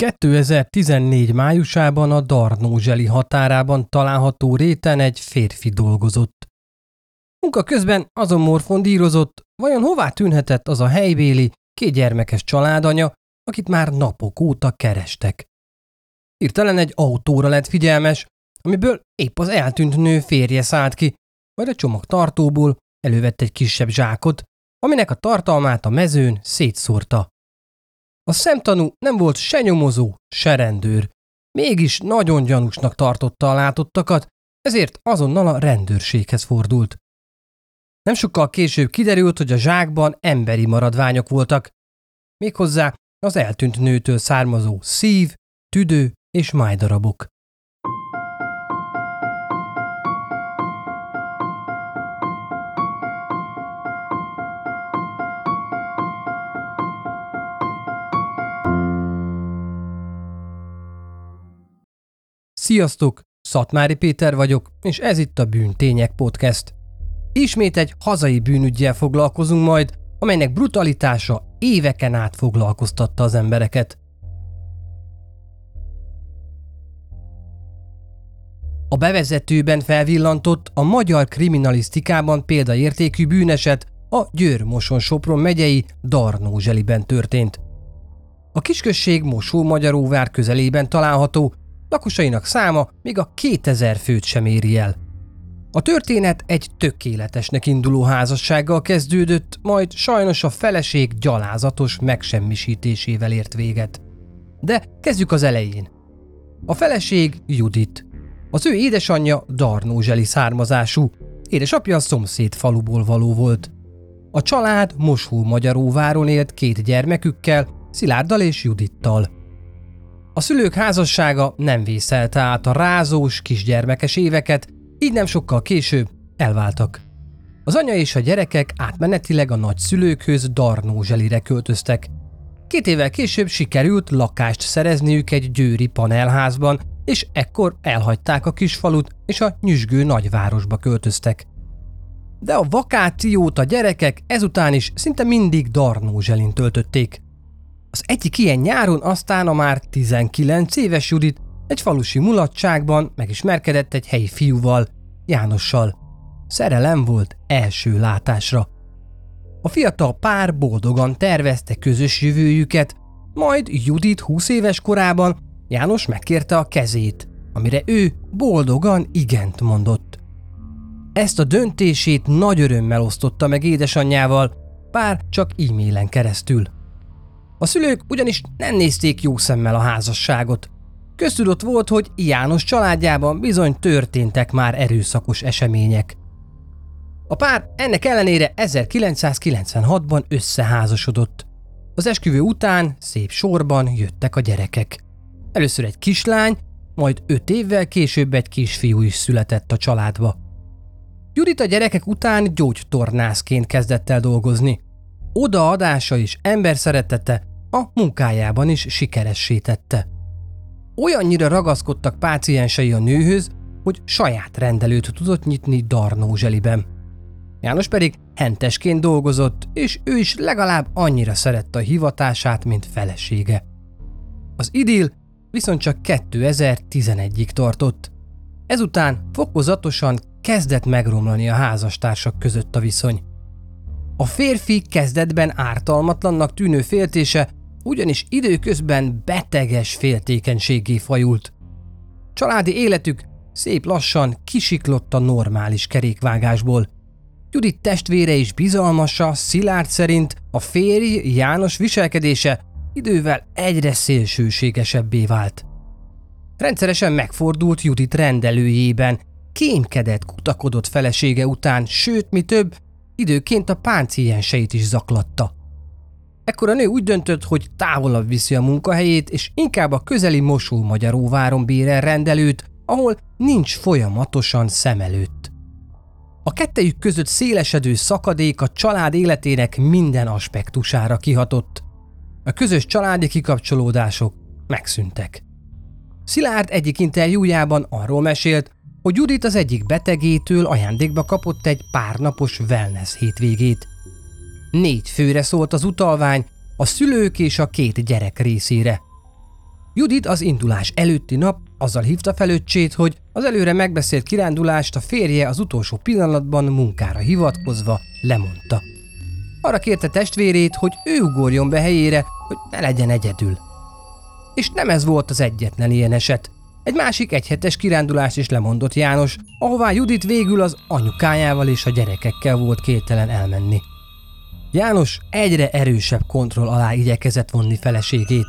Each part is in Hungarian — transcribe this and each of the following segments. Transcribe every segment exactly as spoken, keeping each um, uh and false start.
kétezer-tizennégy májusában a Darnózseli határában található réten egy férfi dolgozott. Munka közben azon morfondírozott, vajon hová tűnhetett az a helybéli, kétgyermekes családanya, akit már napok óta kerestek. Hirtelen egy autóra lett figyelmes, amiből épp az eltűnt nő férje szállt ki, majd a csomagtartóból elővett egy kisebb zsákot, aminek a tartalmát a mezőn szétszórta. A szemtanú nem volt se nyomozó, se rendőr, mégis nagyon gyanúsnak tartotta a látottakat, ezért azonnal a rendőrséghez fordult. Nem sokkal később kiderült, hogy a zsákban emberi maradványok voltak, méghozzá az eltűnt nőtől származó szív, tüdő és májdarabok. Sziasztok! Szatmári Péter vagyok, és ez itt a Bűntények Podcast. Ismét egy hazai bűnüggyel foglalkozunk majd, amelynek brutalitása éveken át foglalkoztatta az embereket. A bevezetőben felvillantott, a magyar kriminalisztikában példaértékű bűneset a Győr-Moson-Sopron megyei Darnózseliben történt. A kisközség Mosó-Magyaróvár közelében található, lakosainak száma még a kétezer főt sem éri el. A történet egy tökéletesnek induló házassággal kezdődött, majd sajnos a feleség gyalázatos megsemmisítésével ért véget. De kezdjük az elején. A feleség Judit. Az ő édesanyja darnózseli származású, édesapja a szomszéd faluból való volt. A család Mosó-Magyaróváron élt két gyermekükkel, Szilárddal és Judittal. A szülők házassága nem vészelte át a rázós, kisgyermekes éveket, így nem sokkal később elváltak. Az anya és a gyerekek átmenetileg a nagyszülőkhöz Darnózselire költöztek. Két évvel később sikerült lakást szerezniük egy győri panelházban, és ekkor elhagyták a kisfalut, és a nyüzsgő nagyvárosba költöztek. De a vakációt a gyerekek ezután is szinte mindig Darnózselin töltötték. Az egyik ilyen nyáron aztán a már tizenkilenc éves Judit egy falusi mulatságban megismerkedett egy helyi fiúval, Jánossal. Szerelem volt első látásra. A fiatal pár boldogan tervezte közös jövőjüket, majd Judit húsz éves korában János megkérte a kezét, amire ő boldogan igent mondott. Ezt a döntését nagy örömmel osztotta meg édesanyjával, bár csak e-mailen keresztül. A szülők ugyanis nem nézték jó szemmel a házasságot. Köztudott volt, hogy János családjában bizony történtek már erőszakos események. A pár ennek ellenére ezerkilencszázkilencvenhatban összeházasodott. Az esküvő után szép sorban jöttek a gyerekek. Először egy kislány, majd öt évvel később egy kisfiú is született a családba. Judit a gyerekek után gyógytornászként kezdett el dolgozni. Odaadása és emberszeretete a munkájában is sikeressé tette. Olyannyira ragaszkodtak páciensei a nőhöz, hogy saját rendelőt tudott nyitni Darnózseliben. János pedig hentesként dolgozott, és ő is legalább annyira szerette a hivatását, mint felesége. Az idill viszont csak kétezer-tizenegyig tartott. Ezután fokozatosan kezdett megromlani a házastársak között a viszony. A férfi kezdetben ártalmatlannak tűnő féltése ugyanis időközben beteges féltékenységgé fajult. Családi életük szép lassan kisiklott a normális kerékvágásból. Judit testvére is bizalmasa, Szilárd szerint a férj János viselkedése idővel egyre szélsőségesebbé vált. Rendszeresen megfordult Judit rendelőjében, kémkedett, kutakodott felesége után, sőt, mi több, időként a pácienseit is zaklatta. Ekkor a nő úgy döntött, hogy távolabb viszi a munkahelyét, és inkább a közeli Mosó-Magyaróváron bérel rendelőt, ahol nincs folyamatosan szem előtt. A kettejük között szélesedő szakadék a család életének minden aspektusára kihatott. A közös családi kikapcsolódások megszűntek. Szilárd egyik interjújában arról mesélt, hogy Judit az egyik betegétől ajándékba kapott egy párnapos wellness hétvégét. Négy főre szólt az utalvány, a szülők és a két gyerek részére. Judit az indulás előtti nap azzal hívta fel öccsét, hogy az előre megbeszélt kirándulást a férje az utolsó pillanatban munkára hivatkozva lemondta. Arra kérte testvérét, hogy ő ugorjon be helyére, hogy ne legyen egyedül. És nem ez volt az egyetlen ilyen eset. Egy másik egyhetes kirándulást is lemondott János, ahová Judit végül az anyukájával és a gyerekekkel volt képtelen elmenni. János egyre erősebb kontroll alá igyekezett vonni feleségét.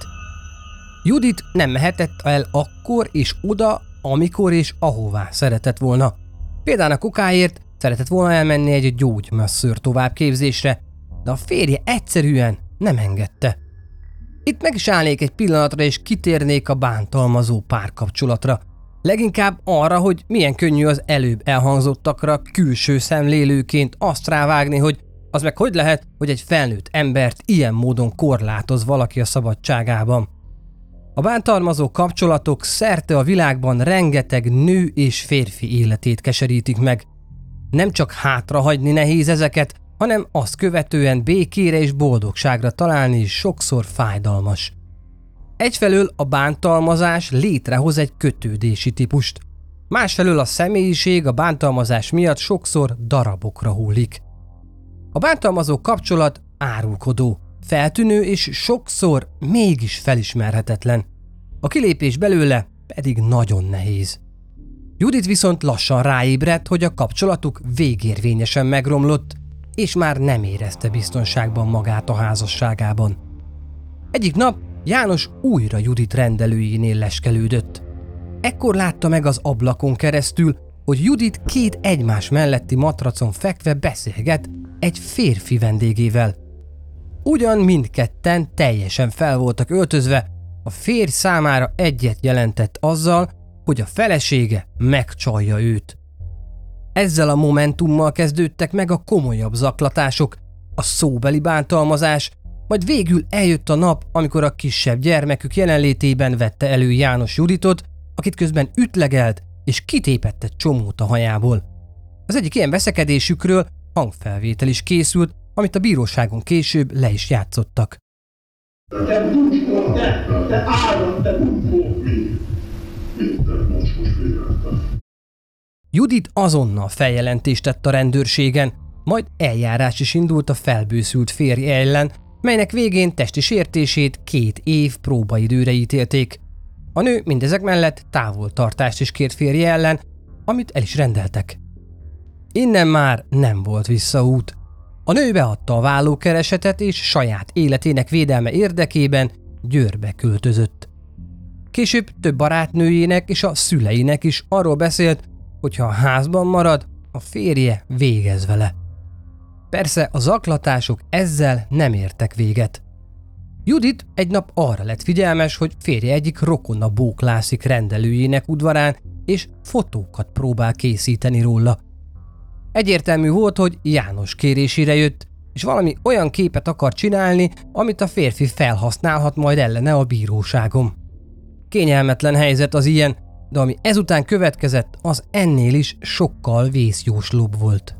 Judit nem mehetett el akkor és oda, amikor és ahová szeretett volna. Például a kokáért szeretett volna elmenni egy gyógymasszőr továbbképzésre, de a férje egyszerűen nem engedte. Itt meg is állnék egy pillanatra és kitérnék a bántalmazó párkapcsolatra. Leginkább arra, hogy milyen könnyű az előbb elhangzottakra külső szemlélőként azt rávágni, hogy az meg hogy lehet, hogy egy felnőtt embert ilyen módon korlátoz valaki a szabadságában. A bántalmazó kapcsolatok szerte a világban rengeteg nő és férfi életét keserítik meg. Nem csak hátrahagyni nehéz ezeket, hanem azt követően békére és boldogságra találni is sokszor fájdalmas. Egyfelől a bántalmazás létrehoz egy kötődési típust, másfelől a személyiség a bántalmazás miatt sokszor darabokra hullik. A bántalmazó kapcsolat árulkodó, feltűnő és sokszor mégis felismerhetetlen. A kilépés belőle pedig nagyon nehéz. Judit viszont lassan ráébredt, hogy a kapcsolatuk végérvényesen megromlott, és már nem érezte biztonságban magát a házasságában. Egyik nap János újra Judit rendelőjénél leskelődött. Ekkor látta meg az ablakon keresztül, hogy Judit két egymás melletti matracon fekve beszélget egy férfi vendégével. Ugyan mindketten teljesen fel voltak öltözve, a férj számára egyet jelentett azzal, hogy a felesége megcsalja őt. Ezzel a momentummal kezdődtek meg a komolyabb zaklatások, a szóbeli bántalmazás, majd végül eljött a nap, amikor a kisebb gyermekük jelenlétében vette elő János Juditot, akit közben ütlegelt és kitépett egy csomót a hajából. Az egyik ilyen veszekedésükről hangfelvétel is készült, amit a bíróságon később le is játszottak. Te búskor, te, te állam, te búskor! Minden mocskos véletlen. Judit azonnal feljelentést tett a rendőrségen, majd eljárás is indult a felbőszült férj ellen, melynek végén testi sértését két év próbaidőre ítélték. A nő mindezek mellett távoltartást is kért férje ellen, amit el is rendeltek. Innen már nem volt visszaút. A nő beadta a vállókeresetet és saját életének védelme érdekében Győrbe költözött. Később több barátnőjének és a szüleinek is arról beszélt, hogy ha a házban marad, a férje végez vele. Persze a zaklatások ezzel nem értek véget. Judit egy nap arra lett figyelmes, hogy férje egyik rokona bóklászik rendelőjének udvarán, és fotókat próbál készíteni róla. Egyértelmű volt, hogy János kérésére jött, és valami olyan képet akar csinálni, amit a férfi felhasználhat majd ellene a bíróságon. Kényelmetlen helyzet az ilyen, de ami ezután következett, az ennél is sokkal vészjóslóbb volt.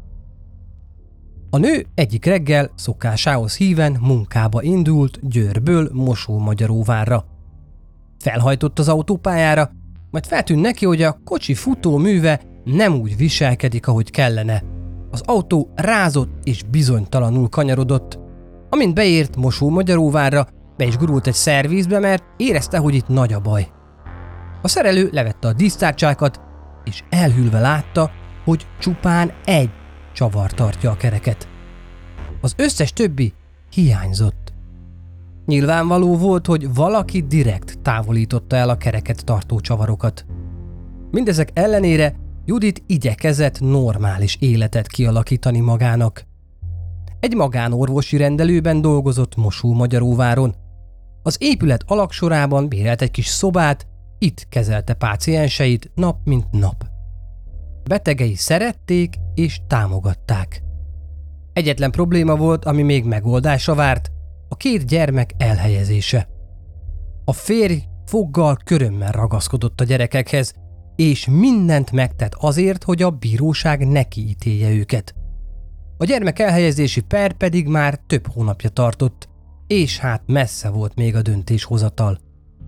A nő egyik reggel szokásához híven munkába indult Győrből Mosómagyaróvárra. Felhajtott az autópályára, majd feltűnt neki, hogy a kocsi futóműve nem úgy viselkedik, ahogy kellene. Az autó rázott és bizonytalanul kanyarodott. Amint beért Mosómagyaróvárra, be is gurult egy szervizbe, mert érezte, hogy itt nagy a baj. A szerelő levette a dísztárcsákat, és elhűlve látta, hogy csupán egy csavar tartja a kereket. Az összes többi hiányzott. Nyilvánvaló volt, hogy valaki direkt távolította el a kereket tartó csavarokat. Mindezek ellenére Judit igyekezett normális életet kialakítani magának. Egy magánorvosi rendelőben dolgozott Mosómagyaróváron. Az épület alaksorában bérelt egy kis szobát, itt kezelte pácienseit nap mint nap. Betegei szerették és támogatták. Egyetlen probléma volt, ami még megoldásra várt, a két gyermek elhelyezése. A férj foggal körömmel ragaszkodott a gyerekekhez, és mindent megtett azért, hogy a bíróság ne kiítélje őket. A gyermek elhelyezési per pedig már több hónapja tartott, és hát messze volt még a döntéshozatal.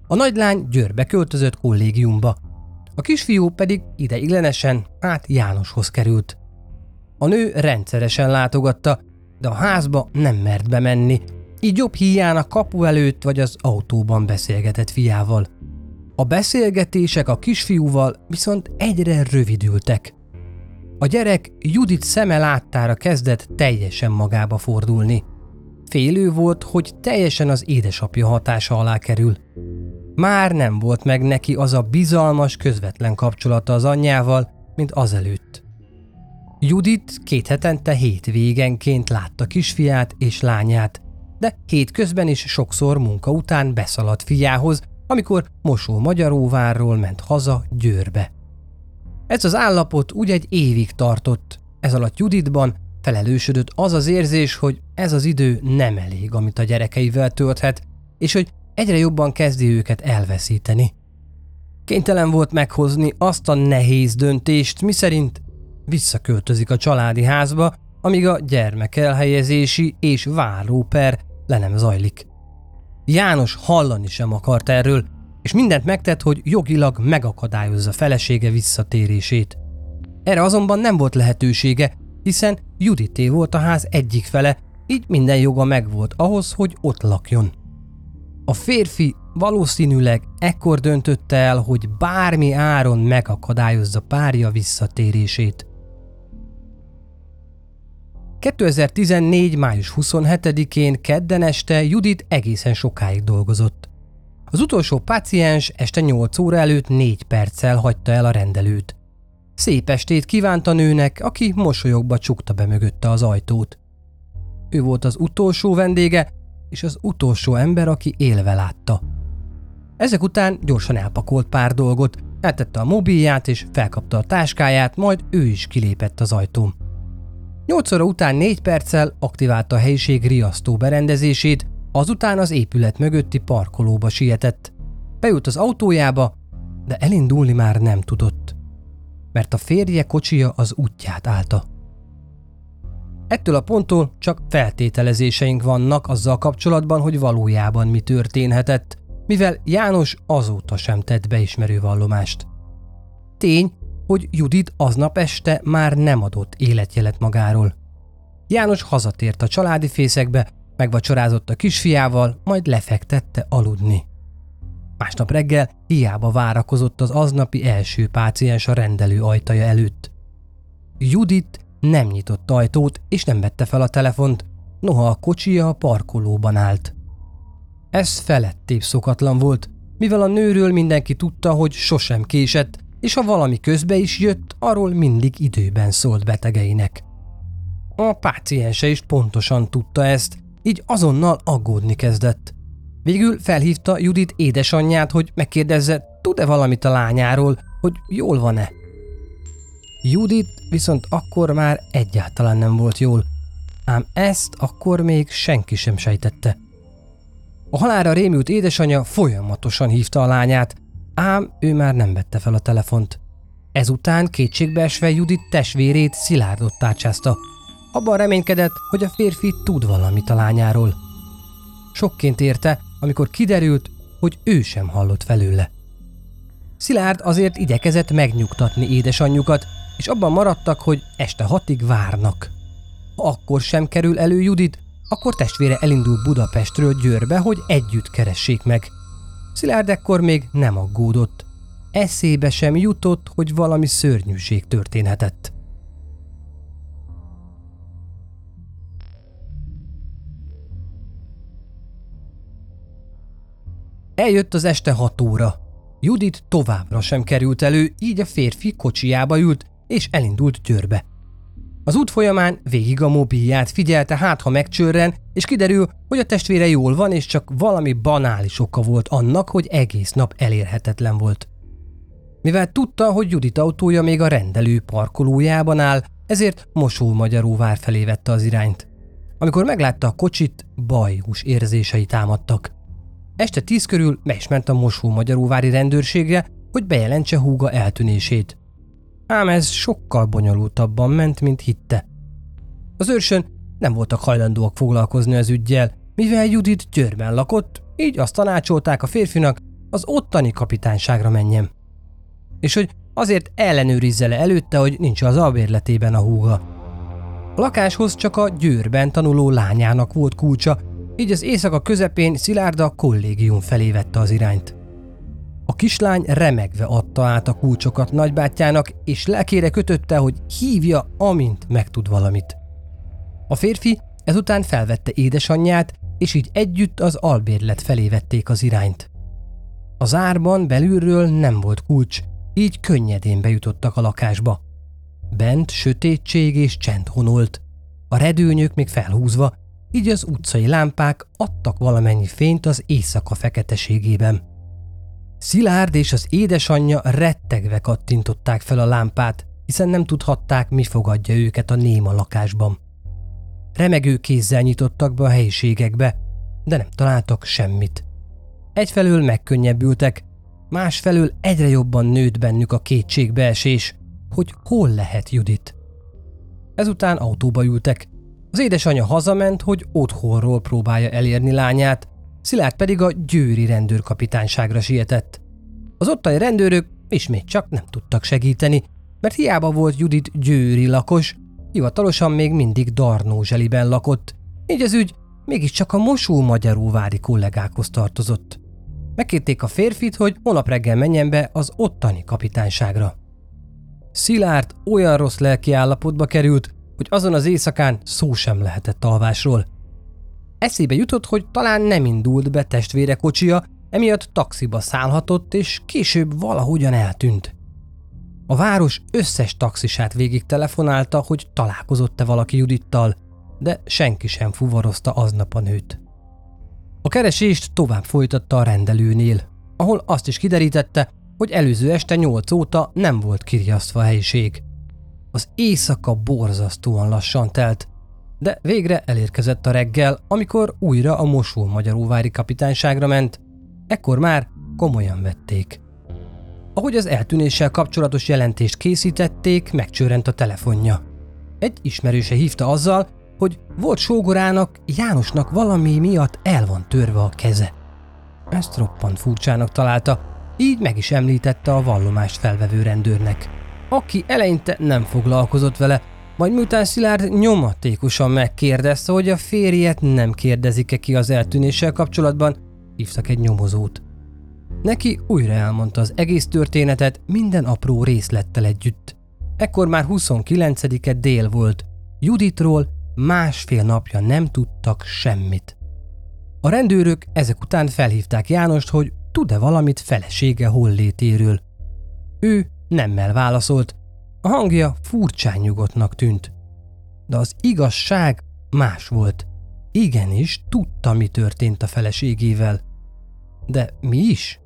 A nagylány Győrbe költözött kollégiumba, a kisfiú pedig ideiglenesen át Jánoshoz került. A nő rendszeresen látogatta, de a házba nem mert bemenni, így jobb híján a kapu előtt vagy az autóban beszélgetett fiával. A beszélgetések a kisfiúval viszont egyre rövidültek. A gyerek Judit szeme láttára kezdett teljesen magába fordulni. Félő volt, hogy teljesen az édesapja hatása alá kerül. Már nem volt meg neki az a bizalmas, közvetlen kapcsolata az anyjával, mint azelőtt. Judit két hetente hétvégenként látta kisfiát és lányát, de hétközben is sokszor munka után beszaladt fiához, amikor Mosó-Magyaróvárról ment haza Győrbe. Ez az állapot úgy egy évig tartott, ez alatt Juditban felelősödött az az érzés, hogy ez az idő nem elég, amit a gyerekeivel tölthet, és hogy egyre jobban kezdi őket elveszíteni. Kénytelen volt meghozni azt a nehéz döntést, miszerint visszaköltözik a családi házba, amíg a gyermek elhelyezési és vállóper le nem zajlik. János hallani sem akart erről, és mindent megtett, hogy jogilag megakadályozza felesége visszatérését. Erre azonban nem volt lehetősége, hiszen Judité volt a ház egyik fele, így minden joga megvolt ahhoz, hogy ott lakjon. A férfi valószínűleg ekkor döntötte el, hogy bármi áron megakadályozza párja visszatérését. kétezer-tizennégy. május huszonhetedikén kedden este Judit egészen sokáig dolgozott. Az utolsó páciens este nyolc óra előtt négy perccel hagyta el a rendelőt. Szép estét kívánt a nőnek, aki mosolyogva csukta be mögötte az ajtót. Ő volt az utolsó vendége, és az utolsó ember, aki élve látta. Ezek után gyorsan elpakolt pár dolgot, eltette a mobilját és felkapta a táskáját, majd ő is kilépett az ajtón. nyolc óra után négy perccel aktiválta a helyiség riasztó berendezését, azután az épület mögötti parkolóba sietett. Beült az autójába, de elindulni már nem tudott, mert a férje kocsija az útját állta. Ettől a ponttól csak feltételezéseink vannak azzal kapcsolatban, hogy valójában mi történhetett, mivel János azóta sem tett beismerő vallomást. Tény, hogy Judit aznap este már nem adott életjelet magáról. János hazatért a családi fészekbe, megvacsorázott a kisfiával, majd lefektette aludni. Másnap reggel hiába várakozott az aznapi első páciens a rendelő ajtaja előtt. Judit nem nyitott ajtót és nem vette fel a telefont, noha a kocsija a parkolóban állt. Ez felettébb szokatlan volt, mivel a nőről mindenki tudta, hogy sosem késett, és ha valami közbe is jött, arról mindig időben szólt betegeinek. A páciense is pontosan tudta ezt, így azonnal aggódni kezdett. Végül felhívta Judit édesanyját, hogy megkérdezze, tud-e valamit a lányáról, hogy jól van-e. Judit viszont akkor már egyáltalán nem volt jól, ám ezt akkor még senki sem sejtette. A halálra rémült édesanyja folyamatosan hívta a lányát, ám ő már nem vette fel a telefont. Ezután kétségbeesve Judit testvérét, Szilárdot tárcsázta. Abban reménykedett, hogy a férfi tud valamit a lányáról. Sokként érte, amikor kiderült, hogy ő sem hallott felőle. Szilárd azért igyekezett megnyugtatni édesanyjukat, és abban maradtak, hogy este hatig várnak. Ha akkor sem kerül elő Judit, akkor testvére elindul Budapestről Győrbe, hogy együtt keressék meg. Szilárd ekkor még nem aggódott. Eszébe sem jutott, hogy valami szörnyűség történhetett. Eljött az este hat óra. Judit továbbra sem került elő, így a férfi kocsijába ült, és elindult Győrbe. Az út folyamán végig a mobilját figyelte, hát ha megcsörren, és kiderül, hogy a testvére jól van, és csak valami banális oka volt annak, hogy egész nap elérhetetlen volt. Mivel tudta, hogy Judit autója még a rendelő parkolójában áll, ezért Mosó-Magyaróvár felé vette az irányt. Amikor meglátta a kocsit, baljós érzései támadtak. Este tíz körül be is ment a Mosó-Magyaróvári rendőrségre, hogy bejelentse húga eltűnését. Ám ez sokkal bonyolultabban ment, mint hitte. Az őrsön nem voltak hajlandóak foglalkozni az üggyel, mivel Judit Győrben lakott, így azt tanácsolták a férfinak, az ottani kapitányságra menjem. És hogy azért ellenőrizze le előtte, hogy nincs az albérletében a húga. A lakáshoz csak a Győrben tanuló lányának volt kulcsa, így az éjszaka közepén Szilárd a kollégium felé vette az irányt. A kislány remegve adta át a kulcsokat nagybátyjának, és lelkére kötötte, hogy hívja, amint megtud valamit. A férfi ezután felvette édesanyját, és így együtt az albérlet felé vették az irányt. Az árban belülről nem volt kulcs, így könnyedén bejutottak a lakásba. Bent sötétség és csend honolt, a redőnyök még felhúzva, így az utcai lámpák adtak valamennyi fényt az éjszaka feketeségében. Szilárd és az édesanyja rettegve kattintották fel a lámpát, hiszen nem tudhatták, mi fogadja őket a néma lakásban. Remegő kézzel nyitottak be a helyiségekbe, de nem találtak semmit. Egyfelől megkönnyebbültek, másfelől egyre jobban nőtt bennük a kétségbeesés, hogy hol lehet Judit. Ezután autóba ültek. Az édesanyja hazament, hogy otthonról próbálja elérni lányát, Szilárd pedig a győri rendőrkapitányságra sietett. Az ottani rendőrök ismét csak nem tudtak segíteni, mert hiába volt Judit győri lakos, hivatalosan még mindig Darnózseliben lakott, így az ügy mégiscsak a Mosó-Magyaróvári kollégákhoz tartozott. Megkérték a férfit, hogy holnap reggel menjen be az ottani kapitányságra. Szilárd olyan rossz lelki állapotba került, hogy azon az éjszakán szó sem lehetett alvásról. Eszébe jutott, hogy talán nem indult be testvére kocsia, emiatt taxiba szállhatott, és később valahogyan eltűnt. A város összes taxisát végig telefonálta, hogy találkozott-e valaki Judittal, de senki sem fuvarozta aznap a nőt. A keresést tovább folytatta a rendelőnél, ahol azt is kiderítette, hogy előző este nyolc óta nem volt kirjasztva a helyiség. Az éjszaka borzasztóan lassan telt, de végre elérkezett a reggel, amikor újra a Mosó-Magyaróvári kapitányságra ment, ekkor már komolyan vették. Ahogy az eltűnéssel kapcsolatos jelentést készítették, megcsörrent a telefonja. Egy ismerőse hívta azzal, hogy volt sógorának, Jánosnak valami miatt el van törve a keze. Ezt roppant furcsának találta, így meg is említette a vallomást felvevő rendőrnek, aki eleinte nem foglalkozott vele, majd miután Szilárd nyomatékosan megkérdezte, hogy a férjet nem kérdezik-e ki az eltűnéssel kapcsolatban, hívtak egy nyomozót. Neki újra elmondta az egész történetet minden apró részlettel együtt. Ekkor már huszonkilencedike dél volt, Juditról másfél napja nem tudtak semmit. A rendőrök ezek után felhívták Jánost, hogy tud-e valamit felesége hollétéről. Ő nemmel válaszolt, a hangja furcsán nyugodtnak tűnt. De az igazság más volt. Igenis, tudta, mi történt a feleségével. De mi is?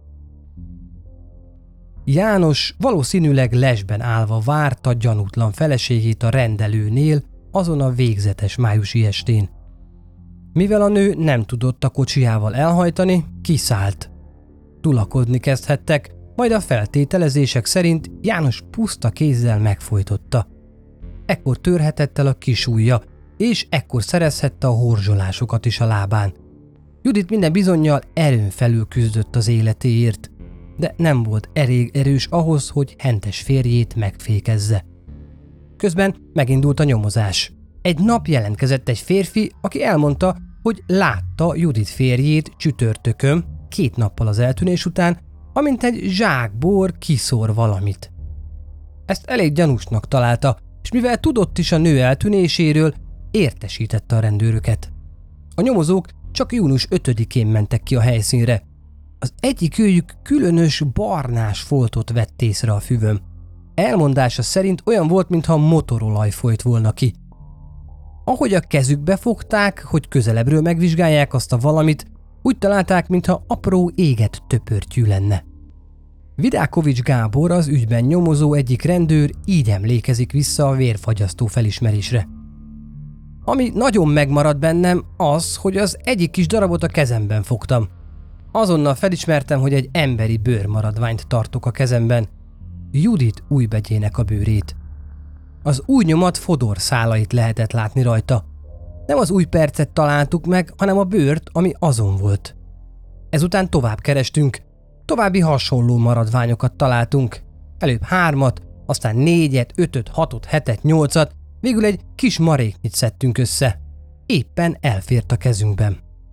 János valószínűleg lesben állva várta gyanútlan feleségét a rendelőnél azon a végzetes májusi estén. Mivel a nő nem tudott a kocsijával elhajtani, kiszállt. Tulakodni kezdhettek, majd a feltételezések szerint János puszta kézzel megfojtotta. Ekkor törhetett el a kis ujja, és ekkor szerezhette a horzsolásokat is a lábán. Judit minden bizonnyal erőn felül küzdött az életéért, de nem volt elég erős ahhoz, hogy hentes férjét megfékezze. Közben megindult a nyomozás. Egy nap jelentkezett egy férfi, aki elmondta, hogy látta Judit férjét csütörtökön, két nappal az eltűnés után, amint egy zsákbor kiszór valamit. Ezt elég gyanúsnak találta, és mivel tudott is a nő eltűnéséről, értesítette a rendőröket. A nyomozók csak június ötödikén mentek ki a helyszínre. Az egyik őjük különös barnás foltot vett észre a füvön. Elmondása szerint olyan volt, mintha motorolaj folyt volna ki. Ahogy a kezükbe fogták, hogy közelebbről megvizsgálják azt a valamit, úgy találták, mintha apró égett töpörtyű lenne. Vidákovics Gábor, az ügyben nyomozó egyik rendőr így emlékezik vissza a vérfagyasztó felismerésre. Ami nagyon megmaradt bennem az, hogy az egyik kis darabot a kezemben fogtam. Azonnal felismertem, hogy egy emberi bőrmaradványt tartok a kezemben. Judit újbegyének a bőrét. Az új nyomat fodor szálait lehetett látni rajta. Nem az új percet találtuk meg, hanem a bőrt, ami azon volt. Ezután tovább kerestünk. További hasonló maradványokat találtunk. Előbb hármat, aztán négyet, ötöt, hatot, hetet, nyolcat, végül egy kis maréknyit szedtünk össze. Éppen elfért a kezünkben.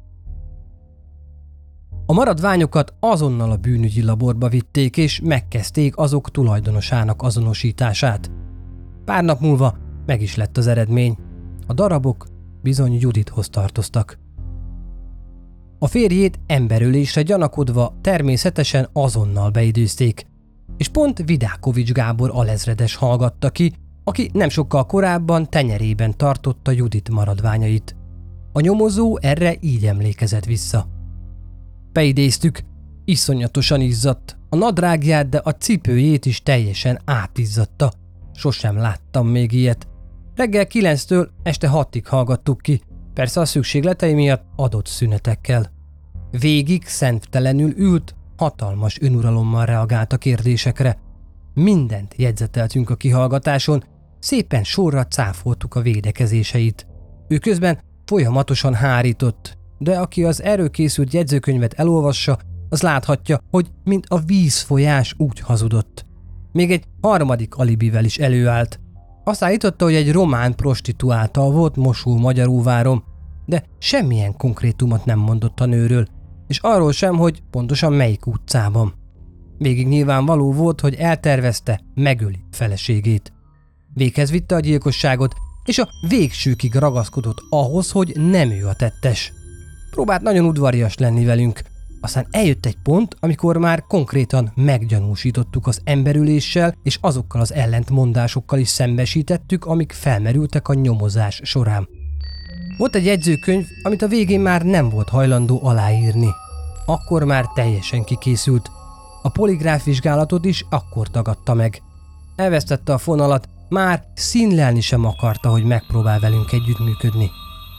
A maradványokat azonnal a bűnügyi laborba vitték, és megkezdték azok tulajdonosának azonosítását. Pár nap múlva meg is lett az eredmény. A darabok bizony Judithoz tartoztak. A férjét emberölésre gyanakodva természetesen azonnal beidőzték, és pont Vidákovics Gábor alezredes hallgatta ki, aki nem sokkal korábban tenyerében tartotta Judit maradványait. A nyomozó erre így emlékezett vissza. Beidéztük, iszonyatosan izzadt, a nadrágját, de a cipőjét is teljesen átizzadta. Sosem láttam még ilyet. Reggel kilenctől este hatig hallgattuk ki, persze a szükségletei miatt adott szünetekkel. Végig szenttelenül ült, hatalmas önuralommal reagált a kérdésekre. Mindent jegyzeteltünk a kihallgatáson, szépen sorra cáfoltuk a védekezéseit. Ő közben folyamatosan hárított, de aki az erről készült jegyzőkönyvet elolvassa, az láthatja, hogy mint a vízfolyás úgy hazudott. Még egy harmadik alibivel is előállt. Azt állította, hogy egy román prostituáltal volt Mosó-Magyaróváron, de semmilyen konkrétumot nem mondott a nőről, és arról sem, hogy pontosan melyik utcában. Végig nyilvánvaló volt, hogy eltervezte, megöli feleségét. Véghez vitte a gyilkosságot, és a végsőkig ragaszkodott ahhoz, hogy nem ő a tettes. Próbált nagyon udvarias lenni velünk, aztán eljött egy pont, amikor már konkrétan meggyanúsítottuk az emberüléssel, és azokkal az ellentmondásokkal is szembesítettük, amik felmerültek a nyomozás során. Volt egy jegyzőkönyv, amit a végén már nem volt hajlandó aláírni. Akkor már teljesen kikészült. A poligráf vizsgálatot is akkor tagadta meg. Elvesztette a fonalat, már színlelni sem akarta, hogy megpróbál velünk együttműködni.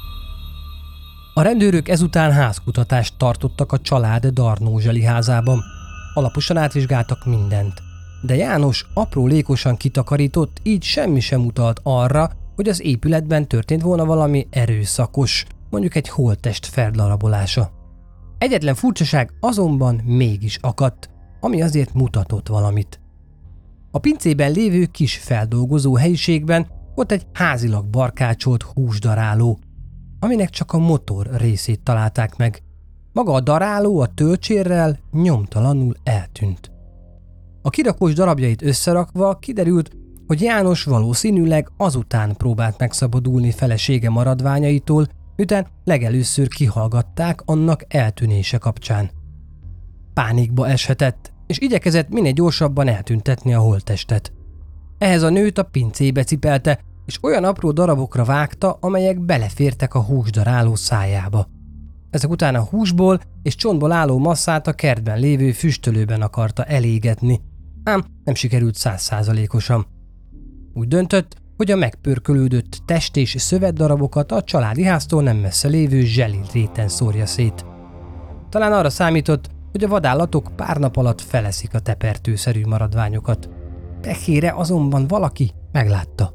A rendőrök ezután házkutatást tartottak a család Darnózseli házában. Alaposan átvizsgáltak mindent. De János aprólékosan kitakarított, így semmi sem utalt arra, hogy az épületben történt volna valami erőszakos, mondjuk egy holttest feldarabolása. Egyetlen furcsaság azonban mégis akadt, ami azért mutatott valamit. A pincében lévő kis feldolgozó helyiségben volt egy házilag barkácsolt húsdaráló, aminek csak a motor részét találták meg. Maga a daráló a tölcsérrel nyomtalanul eltűnt. A kirakós darabjait összerakva kiderült, hogy János valószínűleg azután próbált megszabadulni felesége maradványaitól, miután legelőször kihallgatták annak eltűnése kapcsán. Pánikba eshetett, és igyekezett minél gyorsabban eltüntetni a holttestet. Ehhez a nőt a pincébe cipelte, és olyan apró darabokra vágta, amelyek belefértek a húsdaráló szájába. Ezek után a húsból és csontból álló masszát a kertben lévő füstölőben akarta elégetni, ám nem sikerült százszázalékosan. Úgy döntött, hogy a megpörkölődött test és szövetdarabokat a családi háztól nem messze lévő zseli réten szórja szét. Talán arra számított, hogy a vadállatok pár nap alatt feleszik a tepertőszerű maradványokat. Pehére azonban valaki meglátta.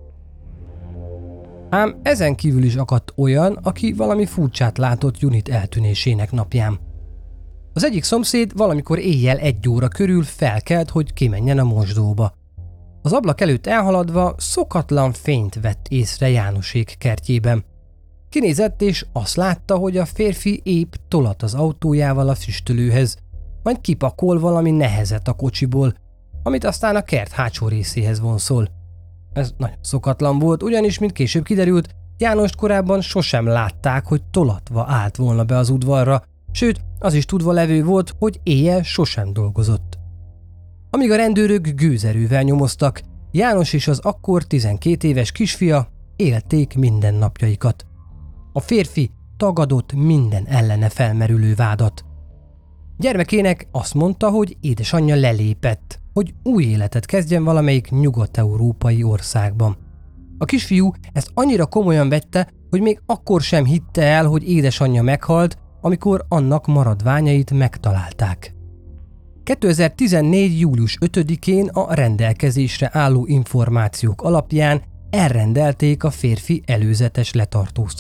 Ám ezen kívül is akadt olyan, aki valami furcsát látott Judit eltűnésének napján. Az egyik szomszéd valamikor éjjel egy óra körül felkelt, hogy kimenjen a mosdóba. Az ablak előtt elhaladva szokatlan fényt vett észre Jánosék kertjében. Kinézett és azt látta, hogy a férfi épp tolat az autójával a füstölőhez, majd kipakol valami nehezet a kocsiból, amit aztán a kert hátsó részéhez vonszol. Ez nagyon szokatlan volt, ugyanis, mint később kiderült, Jánost korábban sosem látták, hogy tolatva állt volna be az udvarra, sőt, az is tudva levő volt, hogy éjjel sosem dolgozott. Amíg a rendőrök gőzerővel nyomoztak, János és az akkor tizenkét éves kisfia élték mindennapjaikat. A férfi tagadott minden ellene felmerülő vádat. Gyermekének azt mondta, hogy édesanyja lelépett, hogy új életet kezdjen valamelyik nyugat-európai országban. A kisfiú ezt annyira komolyan vette, hogy még akkor sem hitte el, hogy édesanyja meghalt, amikor annak maradványait megtalálták. kétezer-tizennégy. július ötödikén a rendelkezésre álló információk alapján elrendelték a férfi előzetes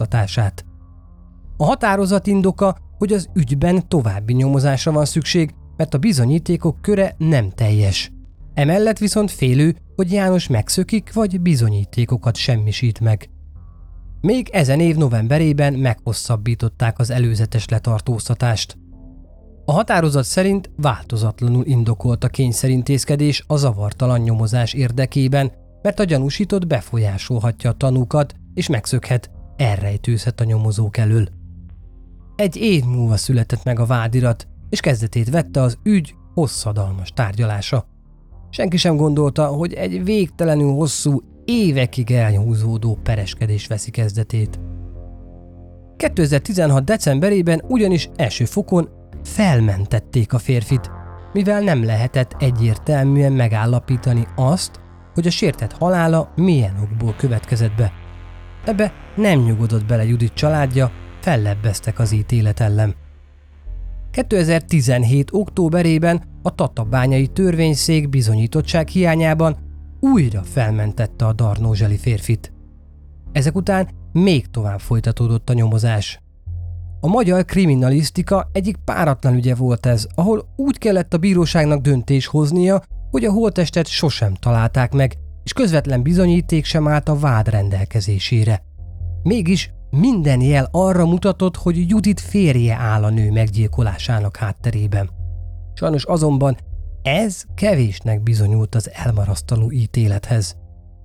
letartóztatását. A határozat indoka, hogy az ügyben további nyomozásra van szükség, mert a bizonyítékok köre nem teljes. Emellett viszont félő, hogy János megszökik, vagy bizonyítékokat semmisít meg. Még ezen év novemberében meghosszabbították az előzetes letartóztatást. A határozat szerint változatlanul indokolt a kényszerintézkedés a zavartalan nyomozás érdekében, mert a gyanúsított befolyásolhatja a tanúkat, és megszökhet, elrejtőzhet a nyomozók elől. Egy év múlva született meg a vádirat, és kezdetét vette az ügy hosszadalmas tárgyalása. Senki sem gondolta, hogy egy végtelenül hosszú, évekig elhúzódó pereskedés veszi kezdetét. kétezer-tizenhat decemberében ugyanis első fokon felmentették a férfit, mivel nem lehetett egyértelműen megállapítani azt, hogy a sértett halála milyen okból következett be. Ebbe nem nyugodott bele Judit családja, fellebbeztek az ítélet ellen. kétezer-tizenhét októberében a tatabányai törvényszék bizonyítottság hiányában újra felmentette a darnózseli férfit. Ezek után még tovább folytatódott a nyomozás. A magyar kriminalisztika egyik páratlan ügye volt ez, ahol úgy kellett a bíróságnak döntés hoznia, hogy a holttestet sosem találták meg, és közvetlen bizonyíték sem állt a vád rendelkezésére. Mégis minden jel arra mutatott, hogy Judit férje áll a nő meggyilkolásának hátterében. Sajnos azonban ez kevésnek bizonyult az elmarasztaló ítélethez.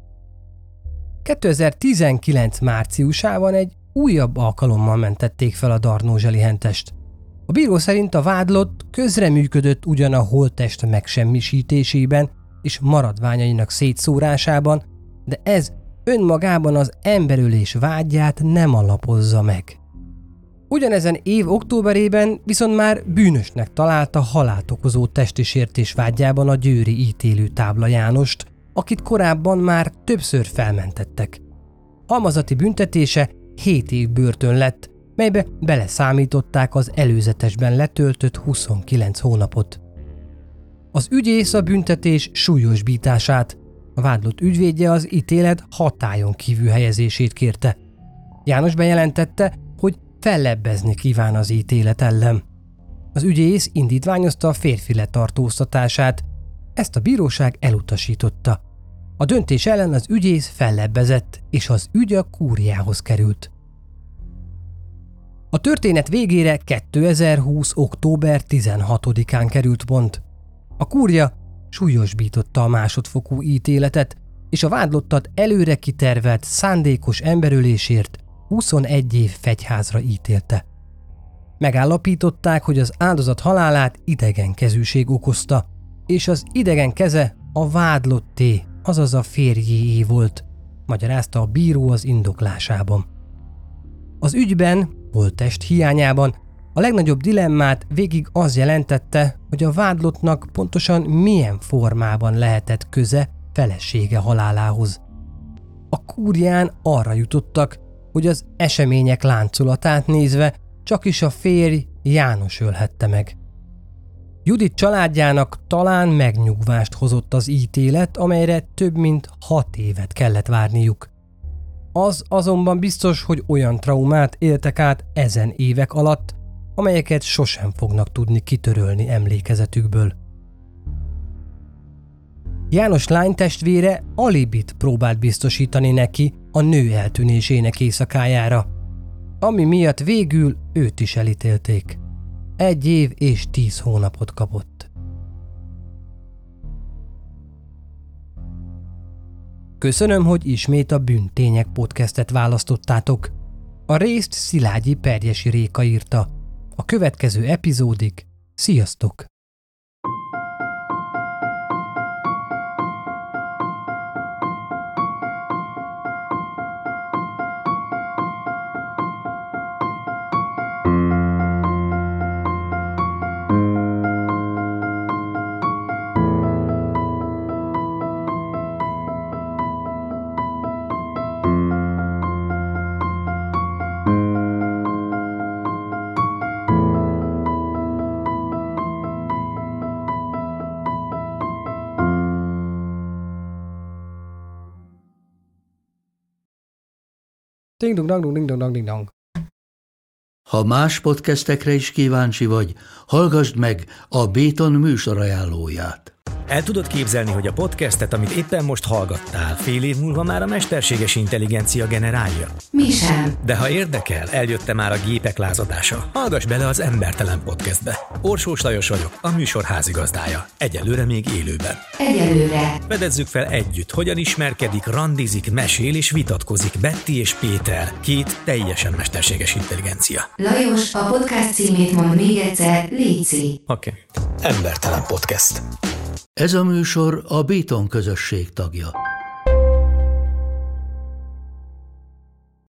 kétezer-tizenkilenc márciusában egy újabb alkalommal mentették fel a darnózseli hentest. A bíró szerint a vádlott közreműködött ugyan a holttest megsemmisítésében és maradványainak szétszórásában, de ez önmagában az emberölés vádját nem alapozza meg. Ugyanezen év októberében viszont már bűnösnek találta halált okozó testi sértés vádjában a győri ítélő tábla Jánost, akit korábban már többször felmentettek. Halmazati büntetése hét év börtön lett, melybe beleszámították az előzetesben letöltött huszonkilenc hónapot. Az ügyész a büntetés súlyosbítását, a vádlott ügyvédje az ítélet hatályon kívül helyezését kérte. János bejelentette, hogy fellebbezni kíván az ítélet ellen. Az ügyész indítványozta a férfi letartóztatását, ezt a bíróság elutasította. A döntés ellen az ügyész fellebbezett, és az ügy a kúriához került. A történet végére kétezer-húsz október tizenhatodikán került pont. A kúria súlyosbította a másodfokú ítéletet, és a vádlottat előre kitervelt szándékos emberölésért huszonegy év fegyházra ítélte. Megállapították, hogy az áldozat halálát idegenkezűség okozta, és az idegen keze a vádlotté, azaz a férjéé volt, magyarázta a bíró az indoklásában. Az ügyben, holttest hiányában a legnagyobb dilemmát végig az jelentette, hogy a vádlottnak pontosan milyen formában lehetett köze felesége halálához. A kúrián arra jutottak, hogy az események láncolatát nézve csakis a férj János ölhette meg. Judit családjának talán megnyugvást hozott az ítélet, amelyre több mint hat évet kellett várniuk. Az azonban biztos, hogy olyan traumát éltek át ezen évek alatt, amelyeket sosem fognak tudni kitörölni emlékezetükből. János lánytestvére alibit próbált biztosítani neki a nő eltűnésének éjszakájára, ami miatt végül őt is elítélték. Egy év és tíz hónapot kapott. Köszönöm, hogy ismét a Bűntények podcastet választottátok. A részt Szilágyi Perjesi Réka írta. A következő epizódig sziasztok! Ding dong dong ding dong dong ding dong. Ha más podcastekre is kíváncsi vagy, hallgassd meg a Béton műsor ajánlóját. El tudod képzelni, hogy a podcastet, amit éppen most hallgattál, fél év múlva már a mesterséges intelligencia generálja? Mi sem. De ha érdekel, eljötte már a gépek lázadása. Hallgass bele az Embertelen Podcastbe. Orsós Lajos vagyok, a műsor házigazdája. Egyelőre még élőben. Egyelőre. Fedezzük fel együtt, hogyan ismerkedik, randizik, mesél és vitatkozik Betty és Péter, két teljesen mesterséges intelligencia. Lajos, a podcast címét mond még egyszer, léci. Oké. Okay. Embertelen Podcast. Ez a műsor a Béton közösség tagja.